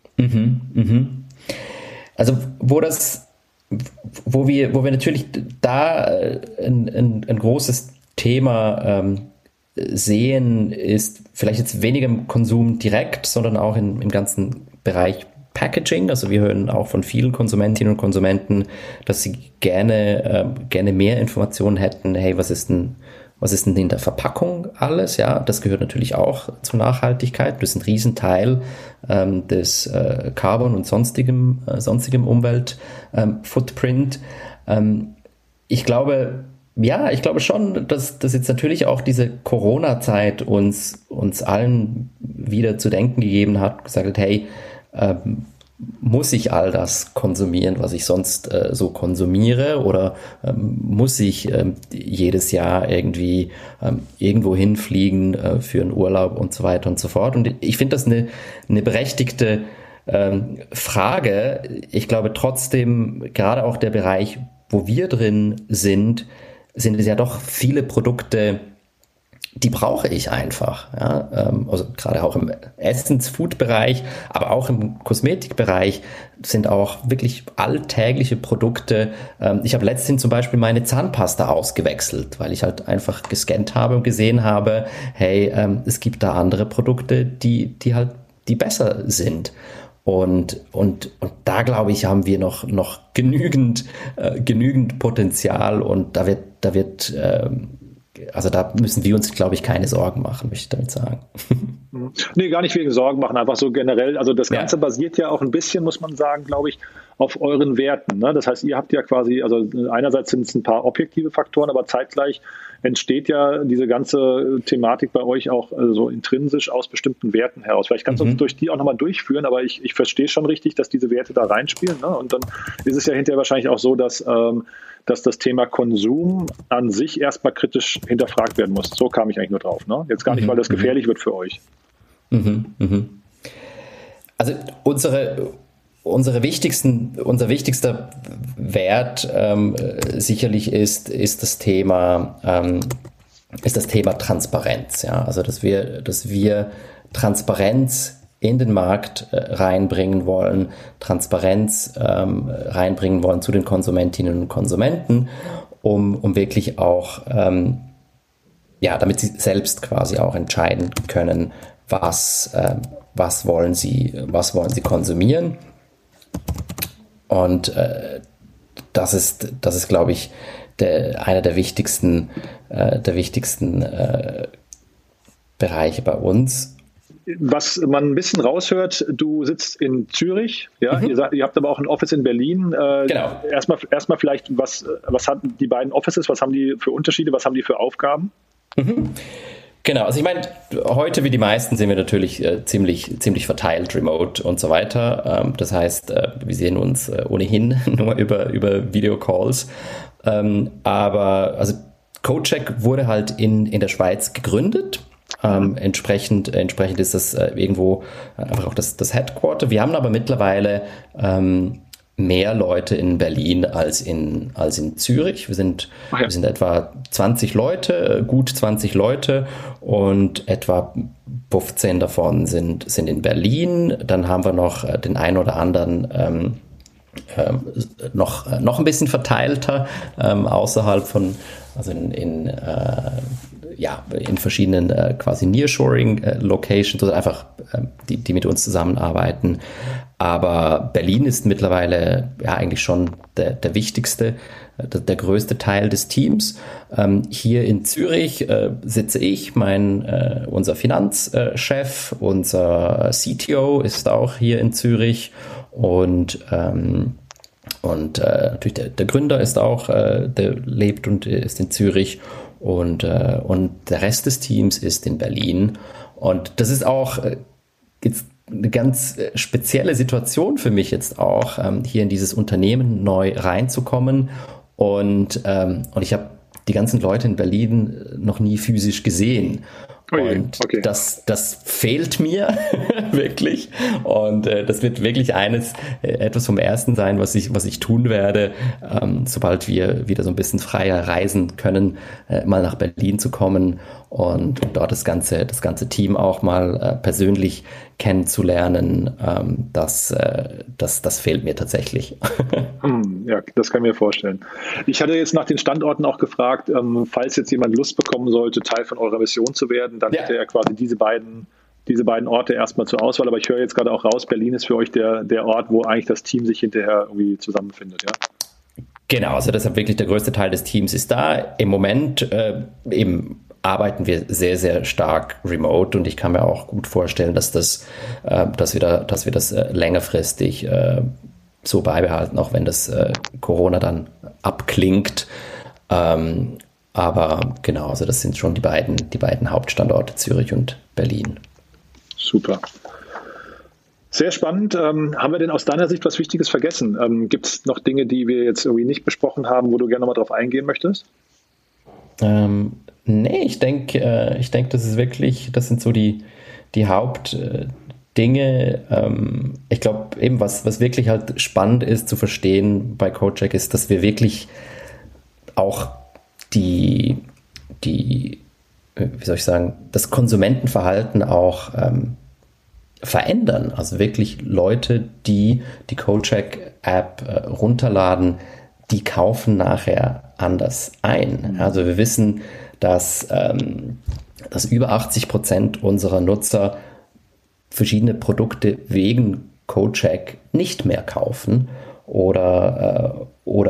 Also wo wir natürlich da ein großes Thema sehen, ist vielleicht jetzt weniger im Konsum direkt, sondern auch im ganzen Bereich Packaging. Also wir hören auch von vielen Konsumentinnen und Konsumenten, dass sie gerne mehr Informationen hätten. Hey, was ist denn in der Verpackung alles? Ja, das gehört natürlich auch zur Nachhaltigkeit. Das ist ein Riesenteil des Carbon und sonstigem Umwelt-Footprint. Ich glaube schon, dass jetzt natürlich auch diese Corona-Zeit uns allen wieder zu denken gegeben hat, gesagt hat, hey, muss ich all das konsumieren, was ich sonst so konsumiere, oder muss ich jedes Jahr irgendwie irgendwo hinfliegen für einen Urlaub und so weiter und so fort. Und ich finde das eine berechtigte Frage. Ich glaube trotzdem, gerade auch der Bereich, wo wir drin sind es ja doch viele Produkte, die brauche ich einfach. Ja? Also gerade auch im Essens-Food-Bereich, aber auch im Kosmetikbereich sind auch wirklich alltägliche Produkte. Ich habe letztens zum Beispiel meine Zahnpasta ausgewechselt, weil ich halt einfach gescannt habe und gesehen habe, hey, es gibt da andere Produkte, die besser sind. Und da, glaube ich, haben wir noch genügend Potenzial, und da müssen wir uns, glaube ich, keine Sorgen machen, möchte ich damit sagen. Nee, gar nicht wegen Sorgen machen, einfach so generell. Also das Ganze basiert ja auch ein bisschen, muss man sagen, glaube ich, auf euren Werten. Ne? Das heißt, ihr habt ja quasi, also einerseits sind es ein paar objektive Faktoren, aber zeitgleich entsteht ja diese ganze Thematik bei euch auch so intrinsisch aus bestimmten Werten heraus. Vielleicht kannst du uns durch die auch nochmal durchführen, aber ich verstehe schon richtig, dass diese Werte da reinspielen. Ne? Und dann ist es ja hinterher wahrscheinlich auch so, dass das Thema Konsum an sich erstmal kritisch hinterfragt werden muss. So kam ich eigentlich nur drauf. Ne? Jetzt gar nicht, weil das gefährlich wird für euch. Also unser wichtigster Wert sicherlich ist das Thema ist das Thema Transparenz. Ja? Also dass wir Transparenz in den Markt reinbringen wollen, Transparenz reinbringen wollen zu den Konsumentinnen und Konsumenten, um wirklich auch, damit sie selbst quasi auch entscheiden können, was wollen sie konsumieren. Und das ist, glaube ich, einer der wichtigsten Bereiche bei uns. Was man ein bisschen raushört, du sitzt in Zürich, ja, ihr habt aber auch ein Office in Berlin. Genau. Erstmal vielleicht, was haben die beiden Offices, was haben die für Unterschiede, was haben die für Aufgaben? Genau, also ich meine, heute wie die meisten sind wir natürlich ziemlich verteilt, remote und so weiter. Das heißt, wir sehen uns ohnehin nur über Videocalls. Aber also CodeCheck wurde halt in der Schweiz gegründet. Entsprechend ist das irgendwo einfach auch das Headquarter. Wir haben aber mittlerweile mehr Leute in Berlin als in Zürich. Wir sind etwa 20 Leute, gut 20 Leute, und etwa 15 davon sind in Berlin. Dann haben wir noch den einen oder anderen noch ein bisschen verteilter außerhalb von, also in verschiedenen quasi Nearshoring-Locations oder einfach die mit uns zusammenarbeiten. Aber Berlin ist mittlerweile eigentlich schon der wichtigste, der größte Teil des Teams. Hier in Zürich sitze ich, unser Finanzchef, unser CTO ist auch hier in Zürich, und natürlich der Gründer ist auch, der lebt und ist in Zürich. Und der Rest des Teams ist in Berlin. Und das ist auch jetzt eine ganz spezielle Situation für mich jetzt auch, hier in dieses Unternehmen neu reinzukommen. Und ich habe die ganzen Leute in Berlin noch nie physisch gesehen. Und okay. Das fehlt mir wirklich. Und das wird wirklich etwas vom Ersten sein, was ich tun werde, sobald wir wieder so ein bisschen freier reisen können, mal nach Berlin zu kommen und dort das ganze Team auch mal persönlich kennenzulernen. Das fehlt mir tatsächlich. Ja, das kann ich mir vorstellen. Ich hatte jetzt nach den Standorten auch gefragt, falls jetzt jemand Lust bekommen sollte, Teil von eurer Mission zu werden, dann hätte er quasi diese beiden Orte erstmal zur Auswahl. Aber ich höre jetzt gerade auch raus, Berlin ist für euch der Ort, wo eigentlich das Team sich hinterher irgendwie zusammenfindet, ja? Genau, also deshalb wirklich der größte Teil des Teams ist da. Im Moment arbeiten wir sehr, sehr stark remote, und ich kann mir auch gut vorstellen, dass wir das längerfristig so beibehalten, auch wenn das Corona dann abklingt. Aber genau, also das sind schon die beiden Hauptstandorte, Zürich und Berlin. Super. Sehr spannend. Haben wir denn aus deiner Sicht was Wichtiges vergessen? Gibt es noch Dinge, die wir jetzt irgendwie nicht besprochen haben, wo du gerne mal drauf eingehen möchtest? Nee, ich denke, das sind so die Hauptdinge. Ich glaube eben, was wirklich halt spannend ist zu verstehen bei CodeCheck, ist, dass wir wirklich auch wie soll ich sagen, das Konsumentenverhalten auch verändern. Also wirklich Leute, die CodeCheck-App runterladen, die kaufen nachher anders ein. Also wir wissen, dass über 80% unserer Nutzer verschiedene Produkte wegen CodeCheck nicht mehr kaufen oder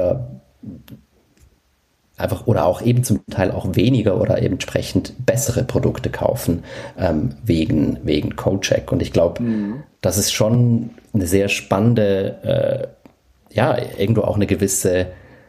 auch eben zum Teil auch weniger oder eben entsprechend bessere Produkte kaufen wegen CodeCheck. Und ich glaube, das ist schon eine sehr spannende, irgendwo auch eine gewisse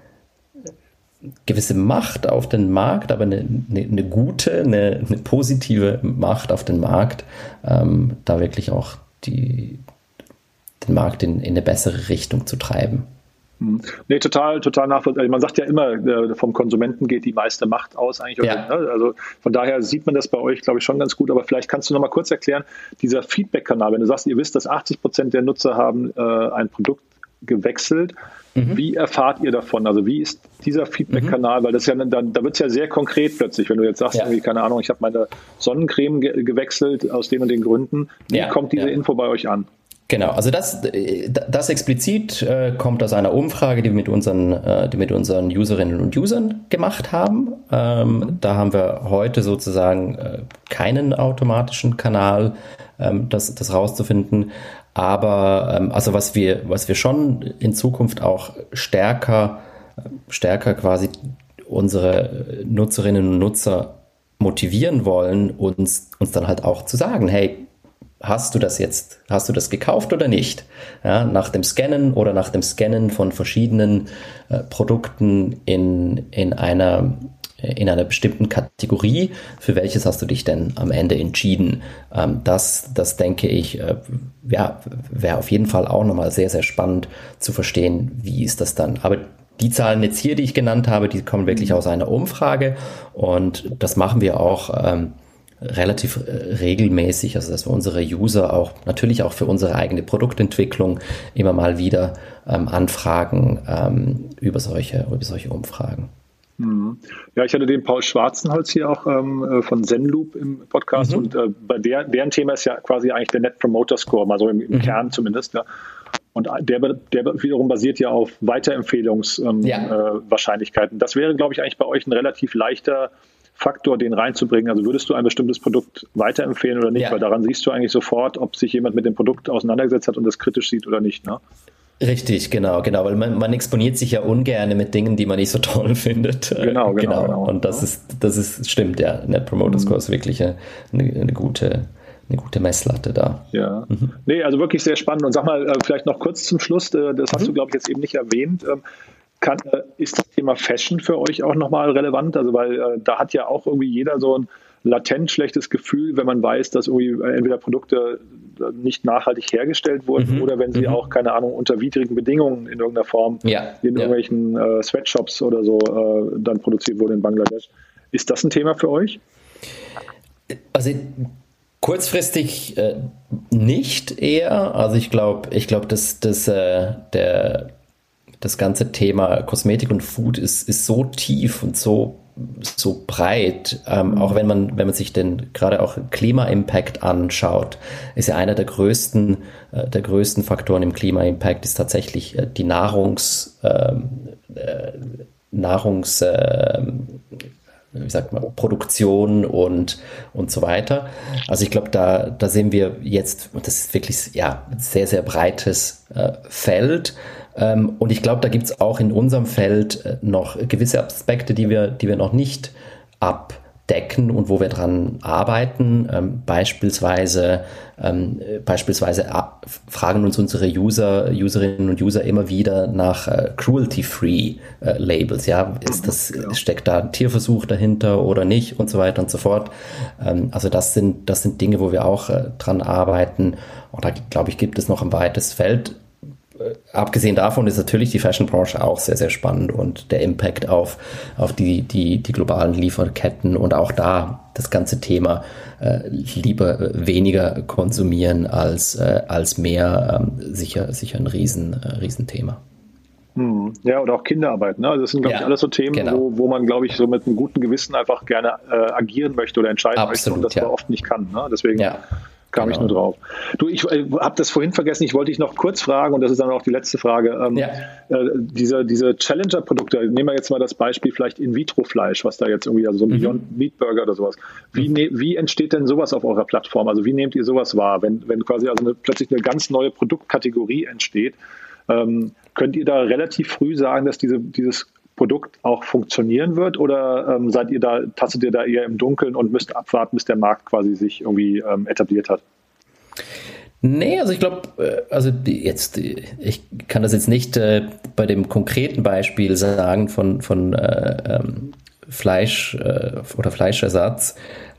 Macht auf den Markt, aber eine gute, eine positive Macht auf den Markt, da wirklich auch den Markt in eine bessere Richtung zu treiben. Nee, total nachvollziehbar. Man sagt ja immer, vom Konsumenten geht die meiste Macht aus eigentlich. Ja. Also von daher sieht man das bei euch, glaube ich, schon ganz gut. Aber vielleicht kannst du noch mal kurz erklären, dieser Feedback-Kanal, wenn du sagst, ihr wisst, dass 80% der Nutzer haben ein Produkt gewechselt. Wie erfahrt ihr davon? Also wie ist dieser Feedback-Kanal? Weil das ja da wird es ja sehr konkret plötzlich, wenn du jetzt sagst, irgendwie, keine Ahnung, ich habe meine Sonnencreme gewechselt aus den und den Gründen. Wie kommt diese Info bei euch an? Genau, also das explizit kommt aus einer Umfrage, die wir mit unseren Userinnen und Usern gemacht haben. Da haben wir heute sozusagen keinen automatischen Kanal, das rauszufinden. Aber also was wir schon in Zukunft auch stärker quasi unsere Nutzerinnen und Nutzer motivieren wollen, uns dann halt auch zu sagen, hey, hast du das gekauft oder nicht? Ja, nach dem Scannen von verschiedenen Produkten in einer bestimmten Kategorie, für welches hast du dich denn am Ende entschieden? Das denke ich, wäre auf jeden Fall auch nochmal sehr, sehr spannend zu verstehen, wie ist das dann. Aber die Zahlen jetzt hier, die ich genannt habe, die kommen wirklich aus einer Umfrage und das machen wir auch relativ regelmäßig, also dass wir unsere User auch natürlich auch für unsere eigene Produktentwicklung immer mal wieder anfragen über solche Umfragen. Ja, ich hatte den Paul Schwarzenholz hier auch von Zenloop im Podcast und bei deren Thema ist ja quasi eigentlich der Net Promoter Score, mal so im Kern zumindest. Ja. Und der wiederum basiert ja auf Weiterempfehlungswahrscheinlichkeiten. Das wäre, glaube ich, eigentlich bei euch ein relativ leichter Faktor, den reinzubringen. Also würdest du ein bestimmtes Produkt weiterempfehlen oder nicht? Ja. Weil daran siehst du eigentlich sofort, ob sich jemand mit dem Produkt auseinandergesetzt hat und das kritisch sieht oder nicht, ne? Richtig, genau, weil man exponiert sich ja ungern mit Dingen, die man nicht so toll findet. Genau. Und das stimmt, ja. Net Promoter Score ist wirklich eine gute Messlatte da. Ja. Nee, also wirklich sehr spannend. Und sag mal, vielleicht noch kurz zum Schluss, das hast du, glaube ich, jetzt eben nicht erwähnt. Ist das Thema Fashion für euch auch nochmal relevant? Also, weil da hat ja auch irgendwie jeder so ein latent schlechtes Gefühl, wenn man weiß, dass irgendwie entweder Produkte nicht nachhaltig hergestellt wurden oder wenn sie auch, keine Ahnung, unter widrigen Bedingungen in irgendeiner Form in irgendwelchen Sweatshops oder so dann produziert wurden in Bangladesch. Ist das ein Thema für euch? Also kurzfristig nicht eher. Also ich glaube, dass das ganze Thema Kosmetik und Food ist so tief und so breit, auch wenn man sich den gerade auch Klima-Impact anschaut, ist ja einer der größten Faktoren im Klima-Impact ist tatsächlich die Produktion und so weiter. Also ich glaube, da sehen wir jetzt, und das ist wirklich sehr, sehr breites Feld. Und ich glaube, da gibt es auch in unserem Feld noch gewisse Aspekte, die wir noch nicht abdecken und wo wir dran arbeiten. Beispielsweise fragen uns unsere Userinnen und User immer wieder nach Cruelty-Free Labels. Ja, steckt da ein Tierversuch dahinter oder nicht und so weiter und so fort. Also das sind Dinge, wo wir auch dran arbeiten. Und da, glaube ich, gibt es noch ein weites Feld. Abgesehen davon ist natürlich die Fashion-Branche auch sehr, sehr spannend und der Impact auf die globalen Lieferketten und auch da das ganze Thema lieber weniger konsumieren als mehr sicher ein Riesenthema. Ja, oder auch Kinderarbeit. Ne? Also das sind, glaube ich, alles so Themen, wo man, glaube ich, so mit einem guten Gewissen einfach gerne agieren möchte oder entscheiden möchte und das aber oft nicht kann. Ne? Deswegen kam ich nur drauf. Du, ich habe das vorhin vergessen, ich wollte dich noch kurz fragen und das ist dann auch die letzte Frage. Diese Challenger-Produkte, nehmen wir jetzt mal das Beispiel vielleicht In-vitro-Fleisch, was da jetzt irgendwie, also so ein Beyond Meat Burger oder sowas. Wie entsteht denn sowas auf eurer Plattform? Also wie nehmt ihr sowas wahr, wenn quasi plötzlich eine ganz neue Produktkategorie entsteht? Könnt ihr da relativ früh sagen, dass dieses Produkt auch funktionieren wird oder tastet ihr da eher im Dunkeln und müsst abwarten, bis der Markt quasi sich irgendwie etabliert hat? Nee, also ich glaube, ich kann das jetzt nicht bei dem konkreten Beispiel sagen von Fleisch oder Fleischersatz,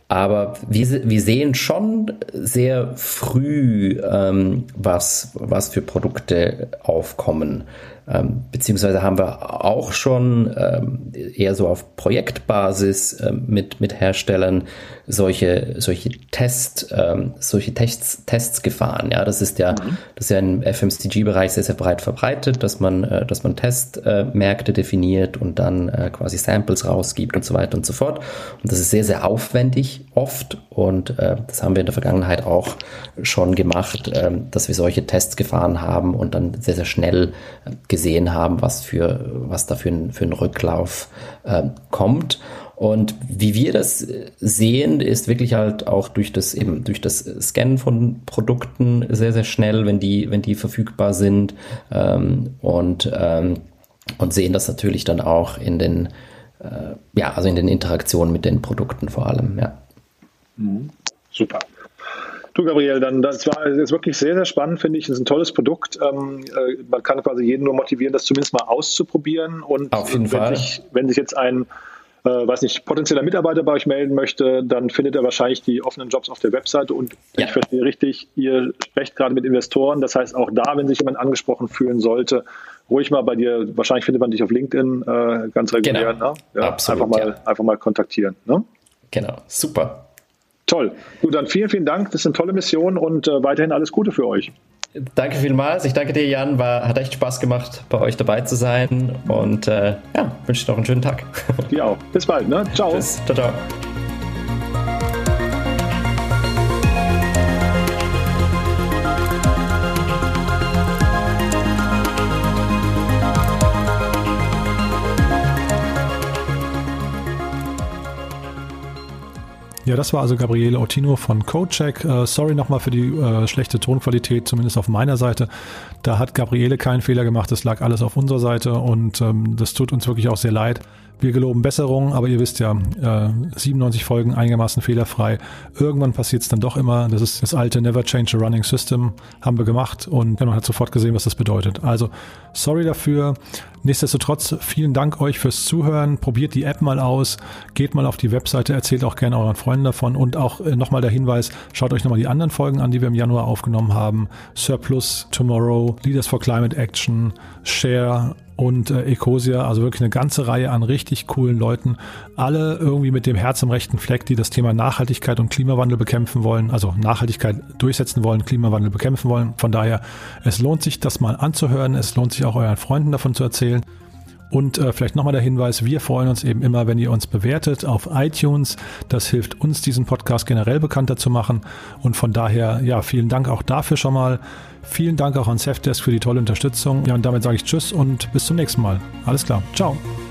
Aber wir sehen schon sehr früh, was für Produkte aufkommen. Beziehungsweise haben wir auch schon eher so auf Projektbasis mit Herstellern solche Tests gefahren. Ja, das ist ja im FMCG-Bereich sehr, sehr breit verbreitet, dass man Testmärkte definiert und dann quasi Samples rausgibt und so weiter und so fort. Und das ist sehr, sehr aufwendig oft und das haben wir in der Vergangenheit auch schon gemacht, dass wir solche Tests gefahren haben und dann sehr, sehr schnell gesehen haben, was da für ein Rücklauf kommt. Und wie wir das sehen, ist wirklich halt auch durch das Scannen von Produkten sehr, sehr schnell, wenn die verfügbar sind, und sehen das natürlich dann auch in den Interaktionen mit den Produkten vor allem, ja. Super. Du, Gabriel, das war jetzt wirklich sehr, sehr spannend, finde ich. Das ist ein tolles Produkt. Man kann quasi jeden nur motivieren, das zumindest mal auszuprobieren. Und auf jeden Fall. Wenn sich jetzt ein potenzieller Mitarbeiter bei euch melden möchte, dann findet er wahrscheinlich die offenen Jobs auf der Webseite. Und ich verstehe richtig, ihr sprecht gerade mit Investoren. Das heißt, auch da, wenn sich jemand angesprochen fühlen sollte, ruhig mal bei dir, wahrscheinlich findet man dich auf LinkedIn ganz regulär. Genau. Ne? Ja, absolut, einfach mal kontaktieren. Ne? Genau, super. Toll. Gut, dann vielen, vielen Dank. Das ist eine tolle Mission und weiterhin alles Gute für euch. Danke vielmals. Ich danke dir, Jan. Hat echt Spaß gemacht, bei euch dabei zu sein und wünsche dir noch einen schönen Tag. Dir auch. Bis bald. Ne? Ciao. Tschüss. Ciao, ciao. Ja, das war also Gabriele Ottino von CodeCheck. Sorry nochmal für die schlechte Tonqualität, zumindest auf meiner Seite. Da hat Gabriele keinen Fehler gemacht, das lag alles auf unserer Seite und das tut uns wirklich auch sehr leid. Wir geloben Besserung, aber ihr wisst ja, 97 Folgen einigermaßen fehlerfrei. Irgendwann passiert es dann doch immer. Das ist das alte Never Change a Running System, haben wir gemacht und man hat sofort gesehen, was das bedeutet. Also sorry dafür. Nichtsdestotrotz, vielen Dank euch fürs Zuhören. Probiert die App mal aus, geht mal auf die Webseite, erzählt auch gerne euren Freunden davon und auch nochmal der Hinweis, schaut euch nochmal die anderen Folgen an, die wir im Januar aufgenommen haben. Surplus, Tomorrow, Leaders for Climate Action, Share und Ecosia, also wirklich eine ganze Reihe an richtig coolen Leuten, alle irgendwie mit dem Herz am rechten Fleck, die das Thema Nachhaltigkeit und Klimawandel bekämpfen wollen, also Nachhaltigkeit durchsetzen wollen, Klimawandel bekämpfen wollen. Von daher, es lohnt sich, das mal anzuhören, es lohnt sich auch euren Freunden davon zu erzählen. Und vielleicht nochmal der Hinweis, wir freuen uns eben immer, wenn ihr uns bewertet auf iTunes. Das hilft uns, diesen Podcast generell bekannter zu machen. Und von daher, ja, vielen Dank auch dafür schon mal. Vielen Dank auch an Safdesk für die tolle Unterstützung. Ja, und damit sage ich Tschüss und bis zum nächsten Mal. Alles klar. Ciao.